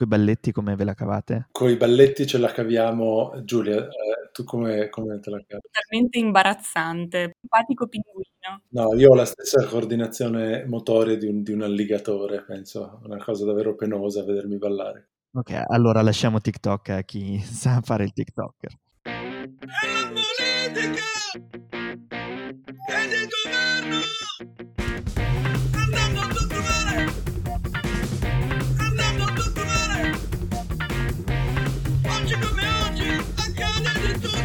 Coi balletti come ve la cavate? Coi balletti ce la caviamo. Giulia, tu come te la cavi? Totalmente imbarazzante. Simpatico pinguino. No, io ho la stessa coordinazione motoria di un alligatore, penso. Una cosa davvero penosa vedermi ballare. Ok, allora lasciamo TikTok a chi sa fare il TikToker. È la politica! È il governo! Andando a tutto male! Andando a tutto male! Oggi come oggi accade di tutto!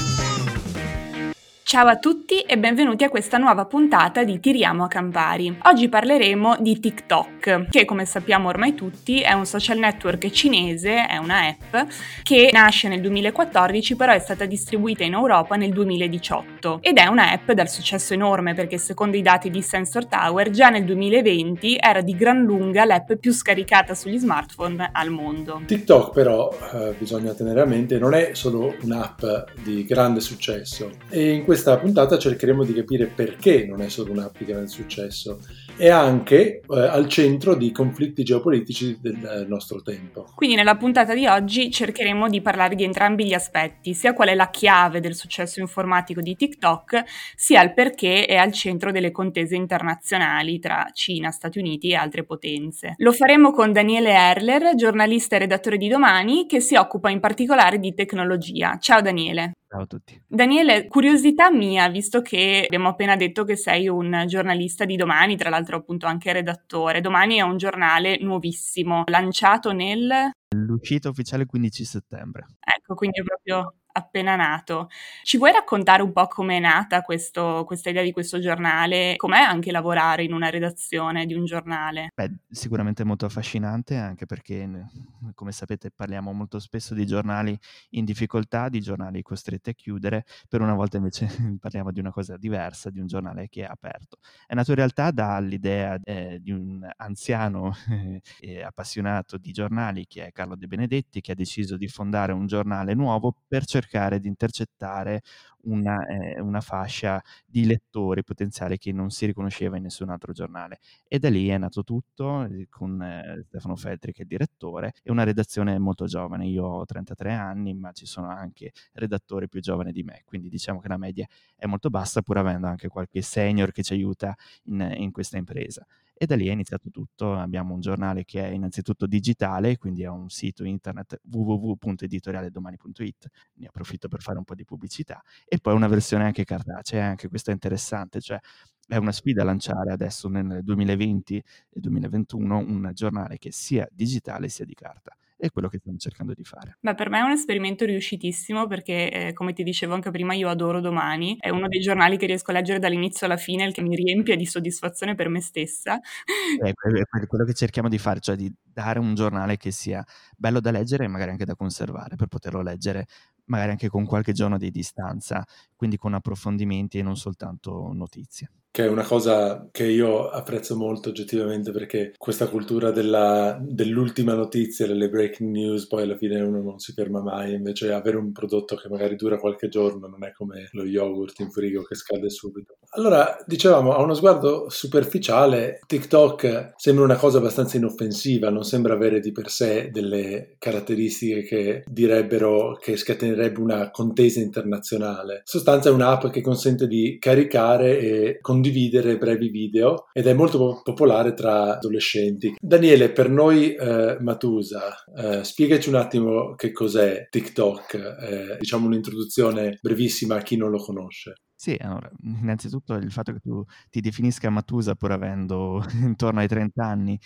Ciao a tutti e benvenuti a questa nuova puntata di Tiriamo a Campari. Oggi parleremo di TikTok, che come sappiamo ormai tutti è un social network cinese, è una app, che nasce nel 2014 però è stata distribuita in Europa nel 2018 ed è una app dal successo enorme perché secondo i dati di Sensor Tower già nel 2020 era di gran lunga l'app più scaricata sugli smartphone al mondo. TikTok però, bisogna tenere a mente, non è solo un'app di grande successo e in questa puntata cercheremo di capire perché non è solo un'app di grande successo e anche al centro di conflitti geopolitici del nostro tempo. Quindi nella puntata di oggi cercheremo di parlare di entrambi gli aspetti, sia qual è la chiave del successo informatico di TikTok, sia il perché è al centro delle contese internazionali tra Cina, Stati Uniti e altre potenze. Lo faremo con Daniele Erler, giornalista e redattore di Domani, che si occupa in particolare di tecnologia. Ciao Daniele. Ciao a tutti. Daniele, curiosità mia, visto che abbiamo appena detto che sei un giornalista di Domani, tra l'altro appunto anche redattore. Domani è un giornale nuovissimo, lanciato L'uscita ufficiale 15 settembre. Ecco, quindi è proprio appena nato. Ci vuoi raccontare un po' come è nata questa idea di questo giornale? Com'è anche lavorare in una redazione di un giornale? Beh, sicuramente molto affascinante, anche perché, come sapete, parliamo molto spesso di giornali in difficoltà, di giornali costretti a chiudere. Per una volta invece parliamo di una cosa diversa, di un giornale che è aperto. È nato in realtà dall'idea di un anziano appassionato di giornali, che è Carlo De Benedetti, che ha deciso di fondare un giornale nuovo per cercare di intercettare una fascia di lettori potenziali che non si riconosceva in nessun altro giornale. E da lì è nato tutto, con Stefano Feltri che è il direttore, e una redazione molto giovane. Io ho 33 anni, ma ci sono anche redattori più giovani di me, quindi diciamo che la media è molto bassa, pur avendo anche qualche senior che ci aiuta in questa impresa. E da lì è iniziato tutto. Abbiamo un giornale che è innanzitutto digitale, quindi è un sito internet www.editorialedomani.it, ne approfitto per fare un po' di pubblicità, e poi una versione anche cartacea, anche questa è interessante, cioè è una sfida lanciare adesso nel 2020 e 2021 un giornale che sia digitale sia di carta. È quello che stiamo cercando di fare. Beh, per me è un esperimento riuscitissimo perché, come ti dicevo anche prima, io adoro Domani. È uno dei giornali che riesco a leggere dall'inizio alla fine, il che mi riempie di soddisfazione per me stessa. È quello che cerchiamo di fare, cioè di dare un giornale che sia bello da leggere e magari anche da conservare, per poterlo leggere magari anche con qualche giorno di distanza, quindi con approfondimenti e non soltanto notizie. Che è una cosa che io apprezzo molto oggettivamente, perché questa cultura dell'ultima notizia, delle breaking news, poi alla fine uno non si ferma mai, invece avere un prodotto che magari dura qualche giorno non è come lo yogurt in frigo che scade subito. Allora, dicevamo, a uno sguardo superficiale, TikTok sembra una cosa abbastanza inoffensiva, non sembra avere di per sé delle caratteristiche che direbbero che scatenerebbe una contesa internazionale. In sostanza è un'app che consente di caricare e condividere brevi video ed è molto popolare tra adolescenti. Daniele, per noi Matusa, spiegaci un attimo che cos'è TikTok, diciamo un'introduzione brevissima a chi non lo conosce. Sì, allora, innanzitutto il fatto che tu ti definisca Matusa pur avendo intorno ai 30 anni,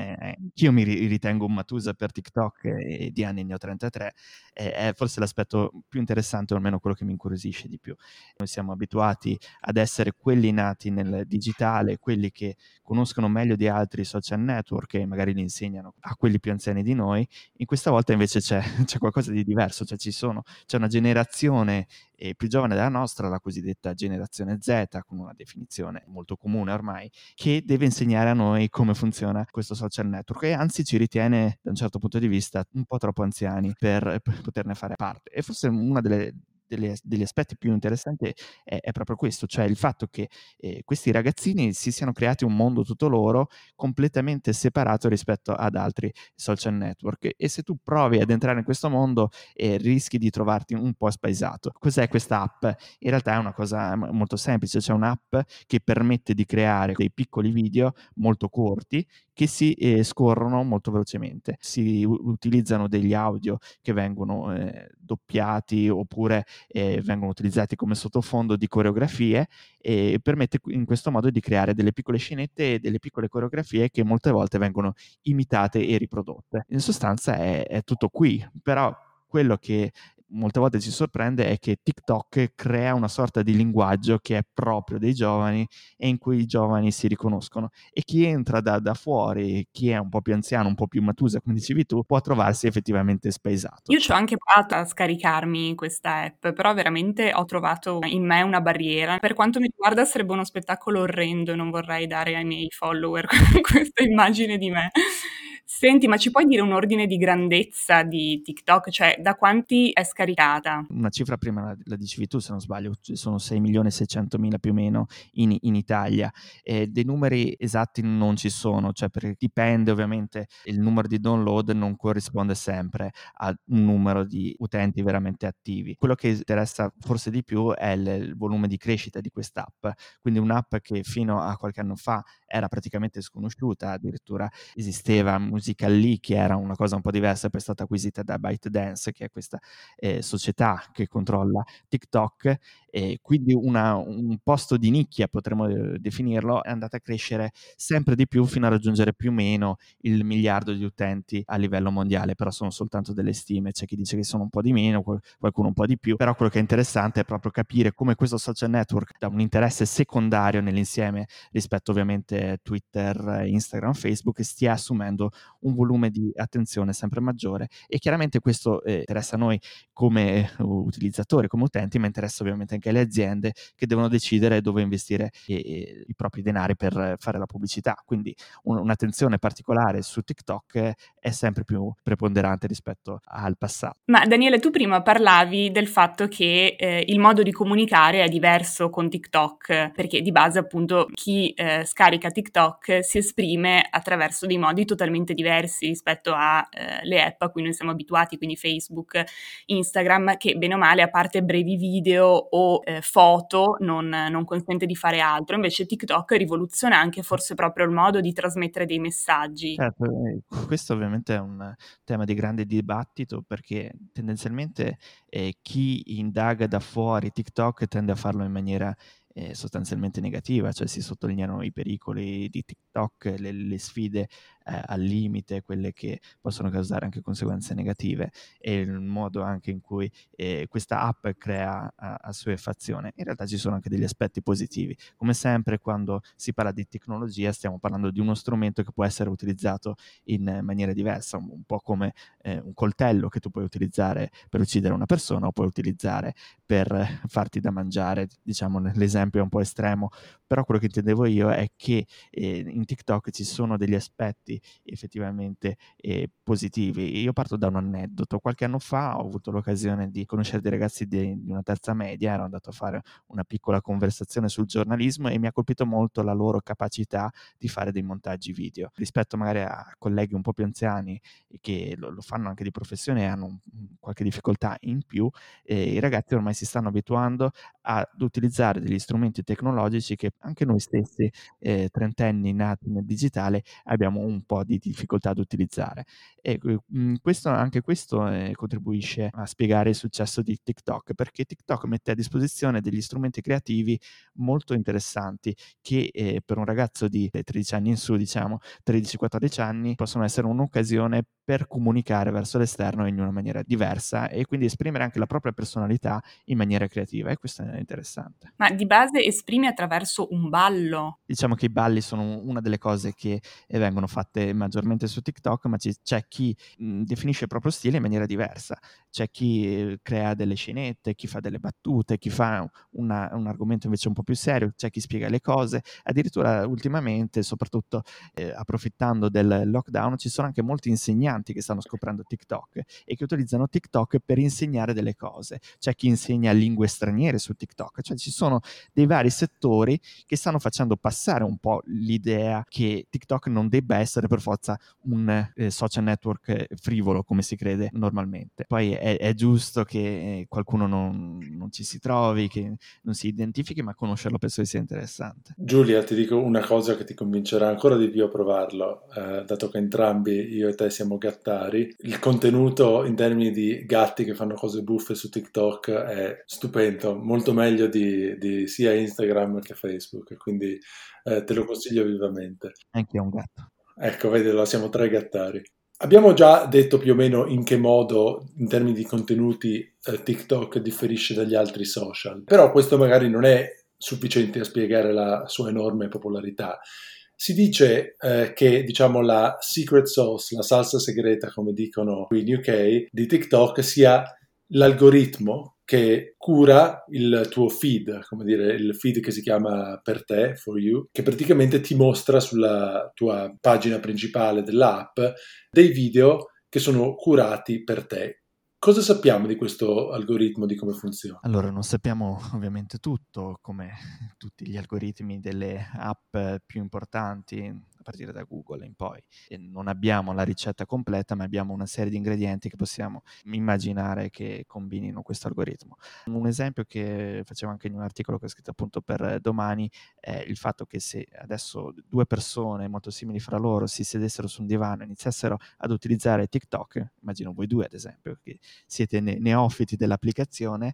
io mi ritengo un Matusa per TikTok e di anni ne ho 33, è forse l'aspetto più interessante, o almeno quello che mi incuriosisce di più. Noi siamo abituati ad essere quelli nati nel digitale, quelli che conoscono meglio di altri i social network e magari li insegnano a quelli più anziani di noi. In questa volta invece c'è qualcosa di diverso, cioè c'è una generazione più giovane della nostra, la cosiddetta generazione Z, con una definizione molto comune ormai, che deve insegnare a noi come funziona questo social network e anzi ci ritiene, da un certo punto di vista, un po' troppo anziani per poterne fare parte. E forse una delle degli aspetti più interessanti è proprio questo, cioè il fatto che questi ragazzini si siano creati un mondo tutto loro, completamente separato rispetto ad altri social network, e se tu provi ad entrare in questo mondo rischi di trovarti un po' spaesato. Cos'è questa app? In realtà è una cosa molto semplice, c'è un'app che permette di creare dei piccoli video molto corti che si scorrono molto velocemente. Si utilizzano degli audio che vengono doppiati, oppure vengono utilizzati come sottofondo di coreografie, e permette in questo modo di creare delle piccole scenette e delle piccole coreografie che molte volte vengono imitate e riprodotte. In sostanza è tutto qui, però quello che molte volte ci sorprende è che TikTok crea una sorta di linguaggio che è proprio dei giovani e in cui i giovani si riconoscono, e chi entra da fuori, chi è un po' più anziano, un po' più matusa, come dicevi tu, può trovarsi effettivamente spaesato. Io ci ho anche provato a scaricarmi questa app, però veramente ho trovato in me una barriera. Per quanto mi riguarda sarebbe uno spettacolo orrendo, non vorrei dare ai miei follower questa immagine di me. Senti, ma ci puoi dire un ordine di grandezza di TikTok? Cioè, da quanti è scaricata? Una cifra prima la dicevi tu, se non sbaglio, sono 6.600.000 più o meno in Italia. Dei numeri esatti non ci sono, cioè dipende ovviamente, il numero di download non corrisponde sempre a un numero di utenti veramente attivi. Quello che interessa forse di più è il volume di crescita di quest'app, quindi un'app che fino a qualche anno fa era praticamente sconosciuta, addirittura esisteva Musical.ly, che era una cosa un po' diversa, poi è stata acquisita da ByteDance, che è questa società che controlla TikTok, e quindi un posto di nicchia, potremmo definirlo, è andata a crescere sempre di più fino a raggiungere più o meno il miliardo di utenti a livello mondiale, però sono soltanto delle stime, c'è chi dice che sono un po' di meno, qualcuno un po' di più, però quello che è interessante è proprio capire come questo social network, da un interesse secondario nell'insieme rispetto ovviamente a Twitter, Instagram, Facebook, stia assumendo un volume di attenzione sempre maggiore, e chiaramente questo interessa a noi come utilizzatori, come utenti, ma interessa ovviamente anche alle aziende che devono decidere dove investire i propri denari per fare la pubblicità. Quindi un'attenzione particolare su TikTok è sempre più preponderante rispetto al passato. Ma Daniele, tu prima parlavi del fatto che il modo di comunicare è diverso con TikTok, perché di base appunto chi scarica TikTok si esprime attraverso dei modi totalmente diversi rispetto alle app a cui noi siamo abituati, quindi Facebook, Instagram, che bene o male, a parte brevi video o foto, non consente di fare altro. Invece TikTok rivoluziona anche forse proprio il modo di trasmettere dei messaggi. Certo, questo ovviamente è un tema di grande dibattito, perché tendenzialmente chi indaga da fuori TikTok tende a farlo in maniera sostanzialmente negativa, cioè si sottolineano i pericoli di TikTok, le sfide al limite, quelle che possono causare anche conseguenze negative, e il modo anche in cui questa app crea assuefazione. In realtà ci sono anche degli aspetti positivi. Come sempre, quando si parla di tecnologia, stiamo parlando di uno strumento che può essere utilizzato in maniera diversa, un po' come un coltello che tu puoi utilizzare per uccidere una persona, o puoi utilizzare per farti da mangiare, diciamo, l'esempio è un po' estremo, però quello che intendevo io è che in TikTok ci sono degli aspetti effettivamente positivi. Io parto da un aneddoto. Qualche anno fa ho avuto l'occasione di conoscere dei ragazzi di una terza media, ero andato a fare una piccola conversazione sul giornalismo, e mi ha colpito molto la loro capacità di fare dei montaggi video. Rispetto magari a colleghi un po' più anziani che lo fanno anche di professione e hanno qualche difficoltà in più, i ragazzi ormai si stanno abituando ad utilizzare degli strumenti tecnologici che anche noi stessi, trentenni nati nel digitale, abbiamo un po' di difficoltà ad utilizzare. E anche questo contribuisce a spiegare il successo di TikTok, perché TikTok mette a disposizione degli strumenti creativi molto interessanti che per un ragazzo di 13 anni in su, diciamo 13-14 anni, possono essere un'occasione per comunicare verso l'esterno in una maniera diversa, e quindi esprimere anche la propria personalità in maniera creativa, e questo è interessante. Ma di base esprime attraverso un ballo. Diciamo che i balli sono una delle cose che vengono fatte fatte maggiormente su TikTok, ma c'è chi definisce il proprio stile in maniera diversa. C'è chi crea delle scenette, chi fa delle battute, chi fa un argomento invece un po' più serio, c'è chi spiega le cose. Addirittura ultimamente, soprattutto approfittando del lockdown, ci sono anche molti insegnanti che stanno scoprendo TikTok e che utilizzano TikTok per insegnare delle cose. C'è chi insegna lingue straniere su TikTok, cioè ci sono dei vari settori che stanno facendo passare un po' l'idea che TikTok non debba essere per forza un social network frivolo come si crede normalmente. Poi è giusto che qualcuno non ci si trovi, che non si identifichi, ma conoscerlo penso che sia interessante. Giulia, ti dico una cosa che ti convincerà ancora di più a provarlo, dato che entrambi, io e te, siamo gattari. Il contenuto in termini di gatti che fanno cose buffe su TikTok è stupendo, molto meglio di sia Instagram che Facebook, quindi te lo consiglio vivamente. Anche io ho un gatto. Ecco, vedilo, siamo 3 gattari. Abbiamo già detto più o meno in che modo, in termini di contenuti, TikTok differisce dagli altri social, però questo magari non è sufficiente a spiegare la sua enorme popolarità. Si dice che, diciamo, la secret sauce, la salsa segreta, come dicono qui in UK, di TikTok sia l'algoritmo che cura il tuo feed, come dire, il feed che si chiama per te, for you, che praticamente ti mostra sulla tua pagina principale dell'app dei video che sono curati per te. Cosa sappiamo di questo algoritmo, di come funziona? Allora, non sappiamo ovviamente tutto, come tutti gli algoritmi delle app più importanti, a partire da Google in poi. E non abbiamo la ricetta completa, ma abbiamo una serie di ingredienti che possiamo immaginare che combinino questo algoritmo. Un esempio che facevo anche in un articolo che ho scritto appunto per Domani è il fatto che se adesso 2 persone molto simili fra loro si sedessero su un divano e iniziassero ad utilizzare TikTok, immagino voi due ad esempio, che siete neofiti dell'applicazione,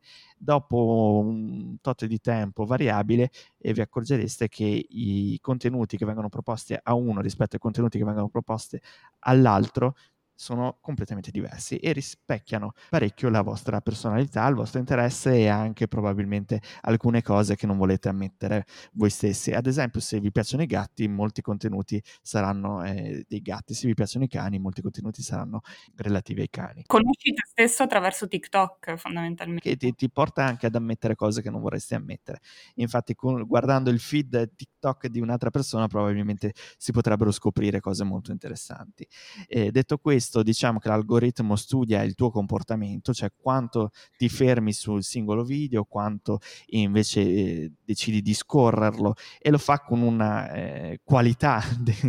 dopo un tot di tempo variabile vi accorgereste che i contenuti che vengono proposti a uno rispetto ai contenuti che vengono proposti all'altro sono completamente diversi e rispecchiano parecchio la vostra personalità, il vostro interesse e anche probabilmente alcune cose che non volete ammettere voi stessi. Ad esempio, se vi piacciono i gatti, molti contenuti saranno dei gatti; se vi piacciono i cani, molti contenuti saranno relativi ai cani. Conosci te stesso attraverso TikTok, fondamentalmente. Che ti porta anche ad ammettere cose che non vorresti ammettere. Infatti, guardando il feed TikTok di un'altra persona, probabilmente si potrebbero scoprire cose molto interessanti. Detto questo, diciamo che l'algoritmo studia il tuo comportamento, cioè quanto ti fermi sul singolo video, quanto invece decidi di scorrerlo, e lo fa con una qualità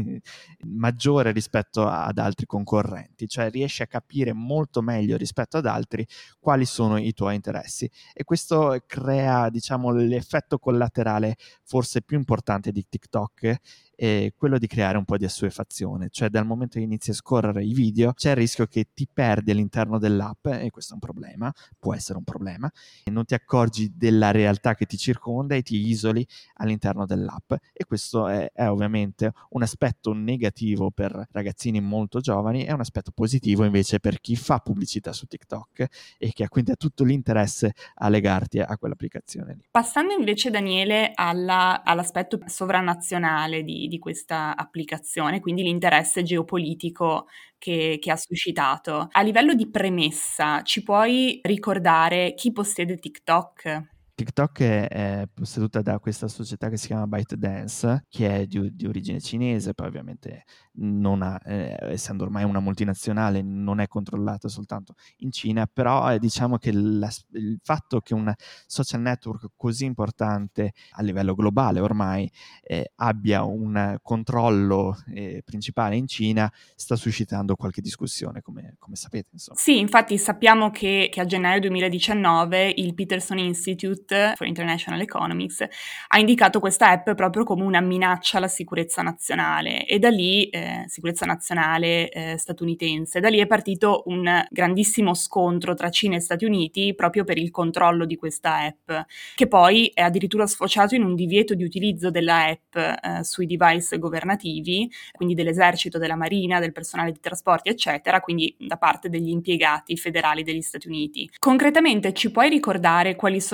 maggiore rispetto ad altri concorrenti, cioè riesce a capire molto meglio rispetto ad altri quali sono i tuoi interessi, e questo crea, diciamo, l'effetto collaterale forse più importante di TikTok, è quello di creare un po' di assuefazione, cioè dal momento che inizi a scorrere i video c'è il rischio che ti perdi all'interno dell'app, e questo è un problema, può essere un problema, e non ti accorgi della realtà che ti circonda e ti isoli all'interno dell'app, e questo è ovviamente un aspetto negativo per ragazzini molto giovani e un aspetto positivo invece per chi fa pubblicità su TikTok e che ha quindi tutto l'interesse a legarti a quell'applicazione lì. Passando invece, Daniele, all'aspetto sovranazionale di questa applicazione, quindi l'interesse geopolitico che ha suscitato. A livello di premessa, ci puoi ricordare chi possiede TikTok? TikTok è posseduta da questa società che si chiama ByteDance, che è di origine cinese, poi ovviamente non ha, essendo ormai una multinazionale, non è controllata soltanto in Cina, però diciamo che il fatto che un social network così importante a livello globale ormai abbia un controllo principale in Cina sta suscitando qualche discussione, come sapete, insomma. Sì, infatti sappiamo che a gennaio 2019 il Peterson Institute for International Economics ha indicato questa app proprio come una minaccia alla sicurezza nazionale, e da lì, sicurezza nazionale statunitense, da lì è partito un grandissimo scontro tra Cina e Stati Uniti proprio per il controllo di questa app, che poi è addirittura sfociato in un divieto di utilizzo della app sui device governativi, quindi dell'esercito, della marina, del personale di trasporti, eccetera, quindi da parte degli impiegati federali degli Stati Uniti. Concretamente ci puoi ricordare quali sono stati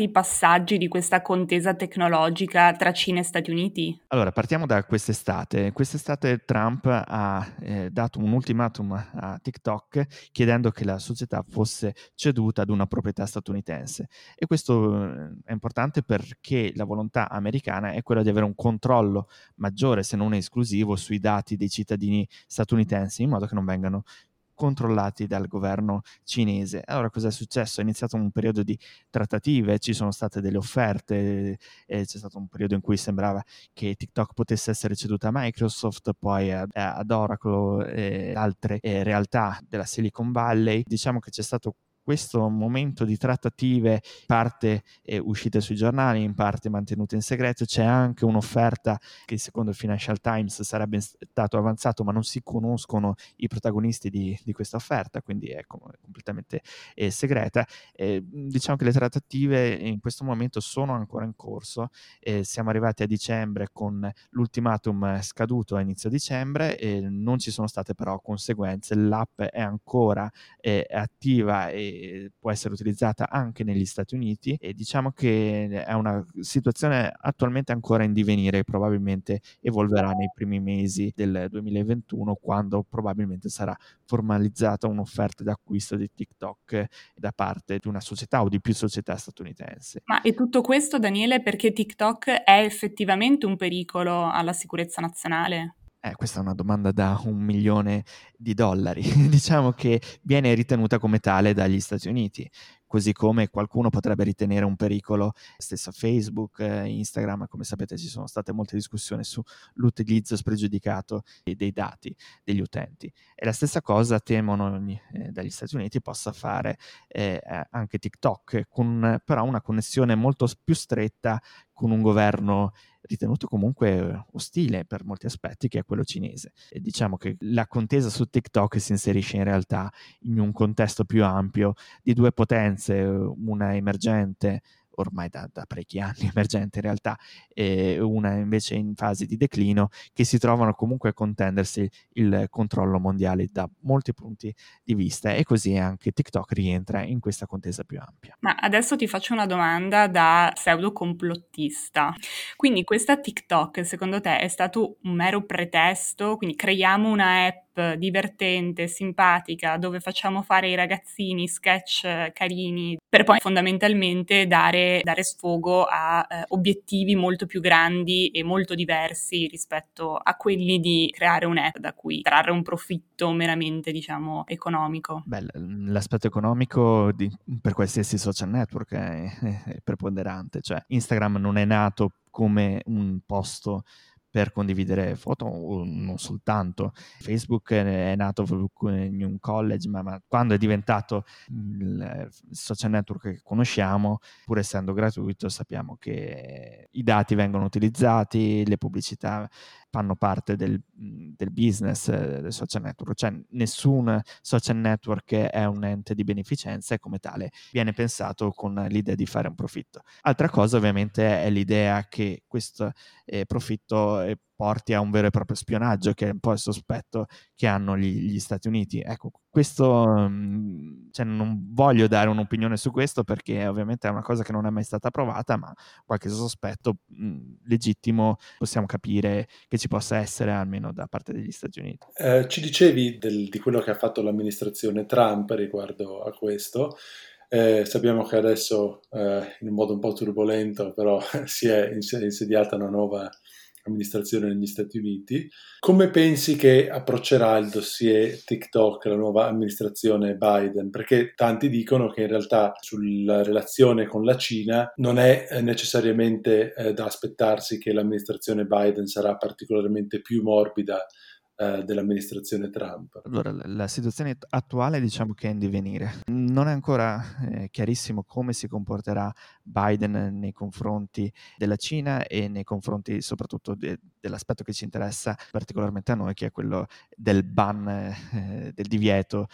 i passaggi di questa contesa tecnologica tra Cina e Stati Uniti? Allora, partiamo da quest'estate. Quest'estate Trump ha dato un ultimatum a TikTok chiedendo che la società fosse ceduta ad una proprietà statunitense. E questo è importante perché la volontà americana è quella di avere un controllo maggiore, se non esclusivo, sui dati dei cittadini statunitensi, in modo che non vengano controllati dal governo cinese. Allora cosa è successo? È iniziato un periodo di trattative, ci sono state delle offerte, c'è stato un periodo in cui sembrava che TikTok potesse essere ceduta a Microsoft, poi ad Oracle e altre realtà della Silicon Valley. Diciamo che c'è stato questo momento di trattative, in parte uscite sui giornali, in parte mantenute in segreto. C'è anche un'offerta che secondo il Financial Times sarebbe stato avanzato, ma non si conoscono i protagonisti di questa offerta, quindi è completamente segreta. Diciamo che le trattative in questo momento sono ancora in corso. Siamo arrivati a dicembre con l'ultimatum scaduto a inizio dicembre e non ci sono state però conseguenze. L'app è ancora attiva e può essere utilizzata anche negli Stati Uniti, e diciamo che è una situazione attualmente ancora in divenire, probabilmente evolverà nei primi mesi del 2021, quando probabilmente sarà formalizzata un'offerta d'acquisto di TikTok da parte di una società o di più società statunitensi. Ma e tutto questo, Daniele, perché TikTok è effettivamente un pericolo alla sicurezza nazionale? Questa è una domanda da $1 milione. Diciamo che viene ritenuta come tale dagli Stati Uniti, così come qualcuno potrebbe ritenere un pericolo stesso Facebook, Instagram. Come sapete ci sono state molte discussioni sull'utilizzo spregiudicato dei dati degli utenti. E la stessa cosa temono dagli Stati Uniti possa fare anche TikTok, con però una connessione molto più stretta con un governo ritenuto comunque ostile per molti aspetti, che è quello cinese. E diciamo che la contesa su TikTok si inserisce in realtà in un contesto più ampio di due potenze, una emergente ormai da parecchi anni, emergente in realtà, e una invece in fase di declino, che si trovano comunque a contendersi il controllo mondiale da molti punti di vista, e così anche TikTok rientra in questa contesa più ampia. Ma adesso ti faccio una domanda da pseudo complottista. Quindi questa TikTok, secondo te, è stato un mero pretesto? Quindi creiamo una app divertente, simpatica, dove facciamo fare ai ragazzini sketch carini, per poi fondamentalmente dare sfogo a obiettivi molto più grandi e molto diversi rispetto a quelli di creare un'app da cui trarre un profitto meramente, diciamo, economico? Beh, l'aspetto economico per qualsiasi social network è preponderante. Cioè, Instagram non è nato come un posto per condividere foto, o non soltanto. Facebook è nato in un college, ma quando è diventato il social network che conosciamo, pur essendo gratuito, sappiamo che i dati vengono utilizzati, le pubblicità fanno parte del business del social network. Cioè nessun social network è un ente di beneficenza e come tale viene pensato con l'idea di fare un profitto. Altra cosa ovviamente è l'idea che questo profitto porti a un vero e proprio spionaggio, che è un po' il sospetto che hanno gli Stati Uniti. Ecco, questo cioè non voglio dare un'opinione su questo, perché ovviamente è una cosa che non è mai stata provata, ma qualche sospetto legittimo possiamo capire che ci possa essere, almeno da parte degli Stati Uniti. Ci dicevi di quello che ha fatto l'amministrazione Trump riguardo a questo. Sappiamo che adesso, in un modo un po' turbolento, però si è insediata una nuova amministrazione negli Stati Uniti. Come pensi che approccerà il dossier TikTok la nuova amministrazione Biden? Perché tanti dicono che in realtà sulla relazione con la Cina non è necessariamente da aspettarsi che l'amministrazione Biden sarà particolarmente più morbida dell'amministrazione Trump. Allora, la situazione attuale diciamo che è in divenire. Non è ancora chiarissimo come si comporterà Biden nei confronti della Cina e nei confronti soprattutto dell'aspetto che ci interessa particolarmente a noi, che è quello del ban, del divieto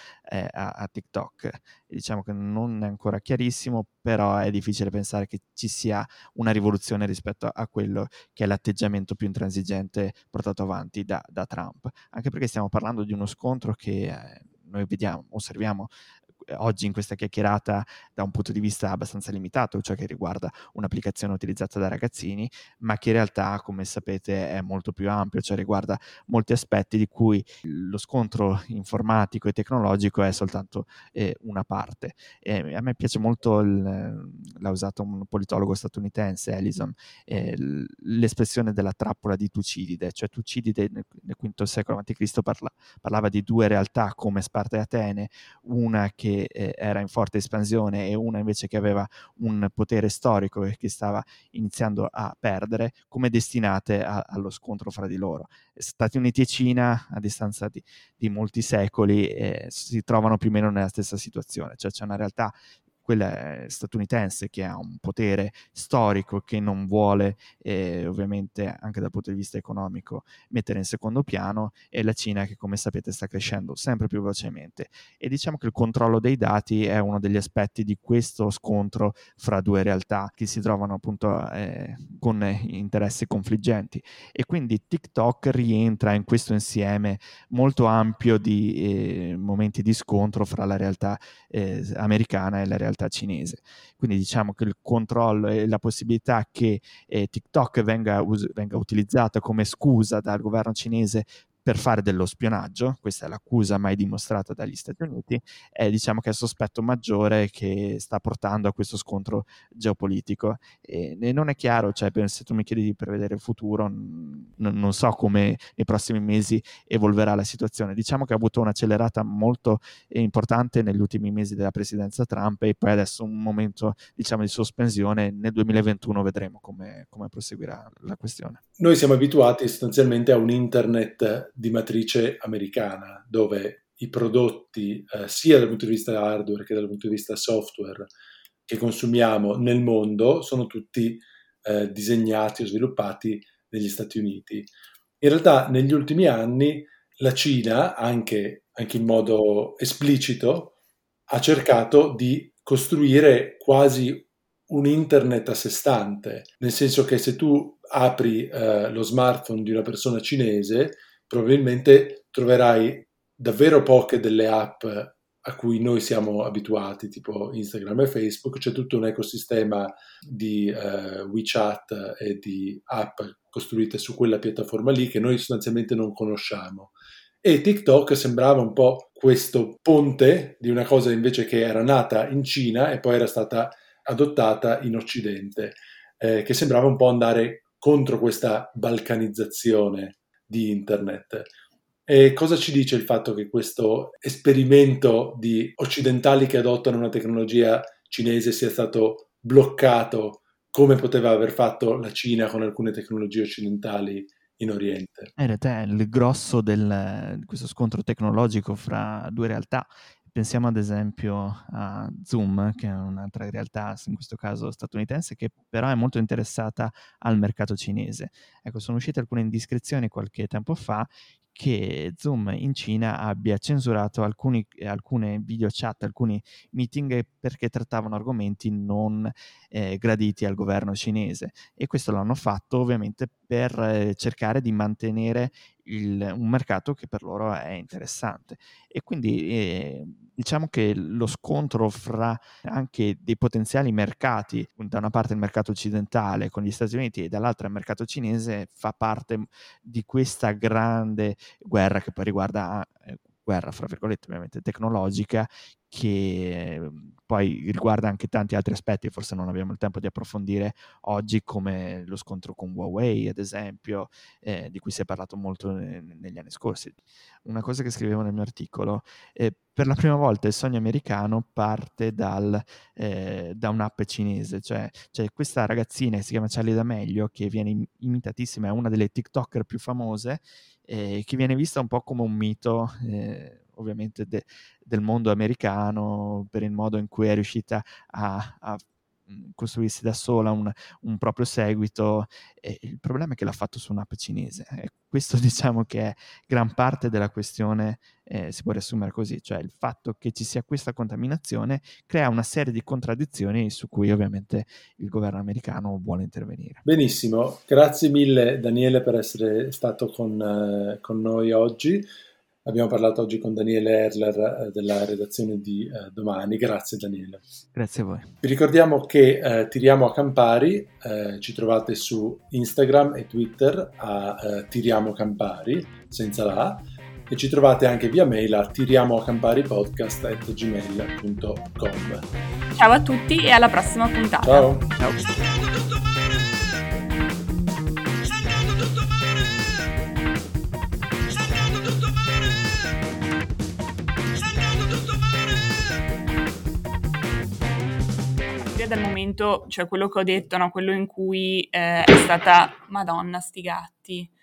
a TikTok. E diciamo che non è ancora chiarissimo, però è difficile pensare che ci sia una rivoluzione rispetto a quello che è l'atteggiamento più intransigente portato avanti da Trump, anche perché stiamo parlando di uno scontro che noi osserviamo oggi in questa chiacchierata da un punto di vista abbastanza limitato, cioè che riguarda un'applicazione utilizzata da ragazzini, ma che in realtà, come sapete, è molto più ampio, cioè riguarda molti aspetti di cui lo scontro informatico e tecnologico è soltanto una parte. A me piace molto, l'ha usato un politologo statunitense, Ellison, l'espressione della trappola di Tucidide, cioè Tucidide nel V secolo a.C. parlava di due realtà come Sparta e Atene, una che era in forte espansione e una invece che aveva un potere storico e che stava iniziando a perdere, come destinate allo scontro fra di loro. Stati Uniti e Cina, a distanza di molti secoli, si trovano più o meno nella stessa situazione, cioè c'è una realtà, quella statunitense, che ha un potere storico che non vuole ovviamente anche dal punto di vista economico mettere in secondo piano, e la Cina che, come sapete, sta crescendo sempre più velocemente, e diciamo che il controllo dei dati è uno degli aspetti di questo scontro fra due realtà che si trovano appunto con interessi confliggenti, e quindi TikTok rientra in questo insieme molto ampio di momenti di scontro fra la realtà americana e la realtà cinese. Quindi diciamo che il controllo e la possibilità che TikTok venga utilizzato come scusa dal governo cinese per fare dello spionaggio, questa è l'accusa mai dimostrata dagli Stati Uniti, diciamo che è il sospetto maggiore che sta portando a questo scontro geopolitico. E non è chiaro, cioè se tu mi chiedi di prevedere il futuro, non so come nei prossimi mesi evolverà la situazione. Diciamo che ha avuto un'accelerata molto importante negli ultimi mesi della presidenza Trump, e poi adesso un momento, diciamo, di sospensione. Nel 2021 vedremo come proseguirà la questione. Noi siamo abituati sostanzialmente a un internet di matrice americana, dove i prodotti, sia dal punto di vista hardware che dal punto di vista software, che consumiamo nel mondo, sono tutti disegnati o sviluppati negli Stati Uniti. In realtà negli ultimi anni la Cina, anche in modo esplicito, ha cercato di costruire quasi un internet a sé stante, nel senso che se tu apri lo smartphone di una persona cinese, probabilmente troverai davvero poche delle app a cui noi siamo abituati, tipo Instagram e Facebook. C'è tutto un ecosistema di WeChat e di app costruite su quella piattaforma lì che noi sostanzialmente non conosciamo. E TikTok sembrava un po' questo ponte di una cosa invece che era nata in Cina e poi era stata adottata in Occidente, che sembrava un po' andare contro questa balcanizzazione di internet. E cosa ci dice il fatto che questo esperimento di occidentali che adottano una tecnologia cinese sia stato bloccato, come poteva aver fatto la Cina con alcune tecnologie occidentali in Oriente? In realtà è il grosso di questo scontro tecnologico fra due realtà. Pensiamo ad esempio a Zoom, che è un'altra realtà, in questo caso statunitense, che però è molto interessata al mercato cinese. Ecco, sono uscite alcune indiscrezioni qualche tempo fa che Zoom in Cina abbia censurato alcune video chat, alcuni meeting, perché trattavano argomenti non graditi al governo cinese, e questo l'hanno fatto ovviamente per cercare di mantenere un mercato che per loro è interessante. E quindi diciamo che lo scontro fra anche dei potenziali mercati, da una parte il mercato occidentale con gli Stati Uniti e dall'altra il mercato cinese, fa parte di questa grande guerra, che poi riguarda guerra fra virgolette ovviamente tecnologica, che poi riguarda anche tanti altri aspetti, forse non abbiamo il tempo di approfondire oggi, come lo scontro con Huawei ad esempio, di cui si è parlato molto negli anni scorsi. Una cosa che scrivevo nel mio articolo: per la prima volta il sogno americano parte da un'app cinese, cioè questa ragazzina che si chiama Charli D'Amelio, che viene imitatissima, è una delle TikToker più famose, che viene vista un po' come un mito, ovviamente del mondo americano, per il modo in cui è riuscita a costruirsi da sola un proprio seguito. Il problema è che l'ha fatto su un'app cinese, e questo diciamo che è gran parte della questione. Si può riassumere così, cioè il fatto che ci sia questa contaminazione crea una serie di contraddizioni su cui ovviamente il governo americano vuole intervenire. Benissimo, grazie mille Daniele per essere stato con noi oggi. Abbiamo parlato oggi con Daniele Erler della redazione di Domani. Grazie Daniele. Grazie a voi. Vi ricordiamo che Tiriamo a Campari, ci trovate su Instagram e Twitter a Tiriamo Campari, senza la A, e ci trovate anche via mail a tiriamoacamparipodcast@gmail.com. Ciao a tutti e alla prossima puntata. Ciao! Ciao. Dal momento, cioè quello che ho detto, no? Quello in cui è stata Madonna sti gatti.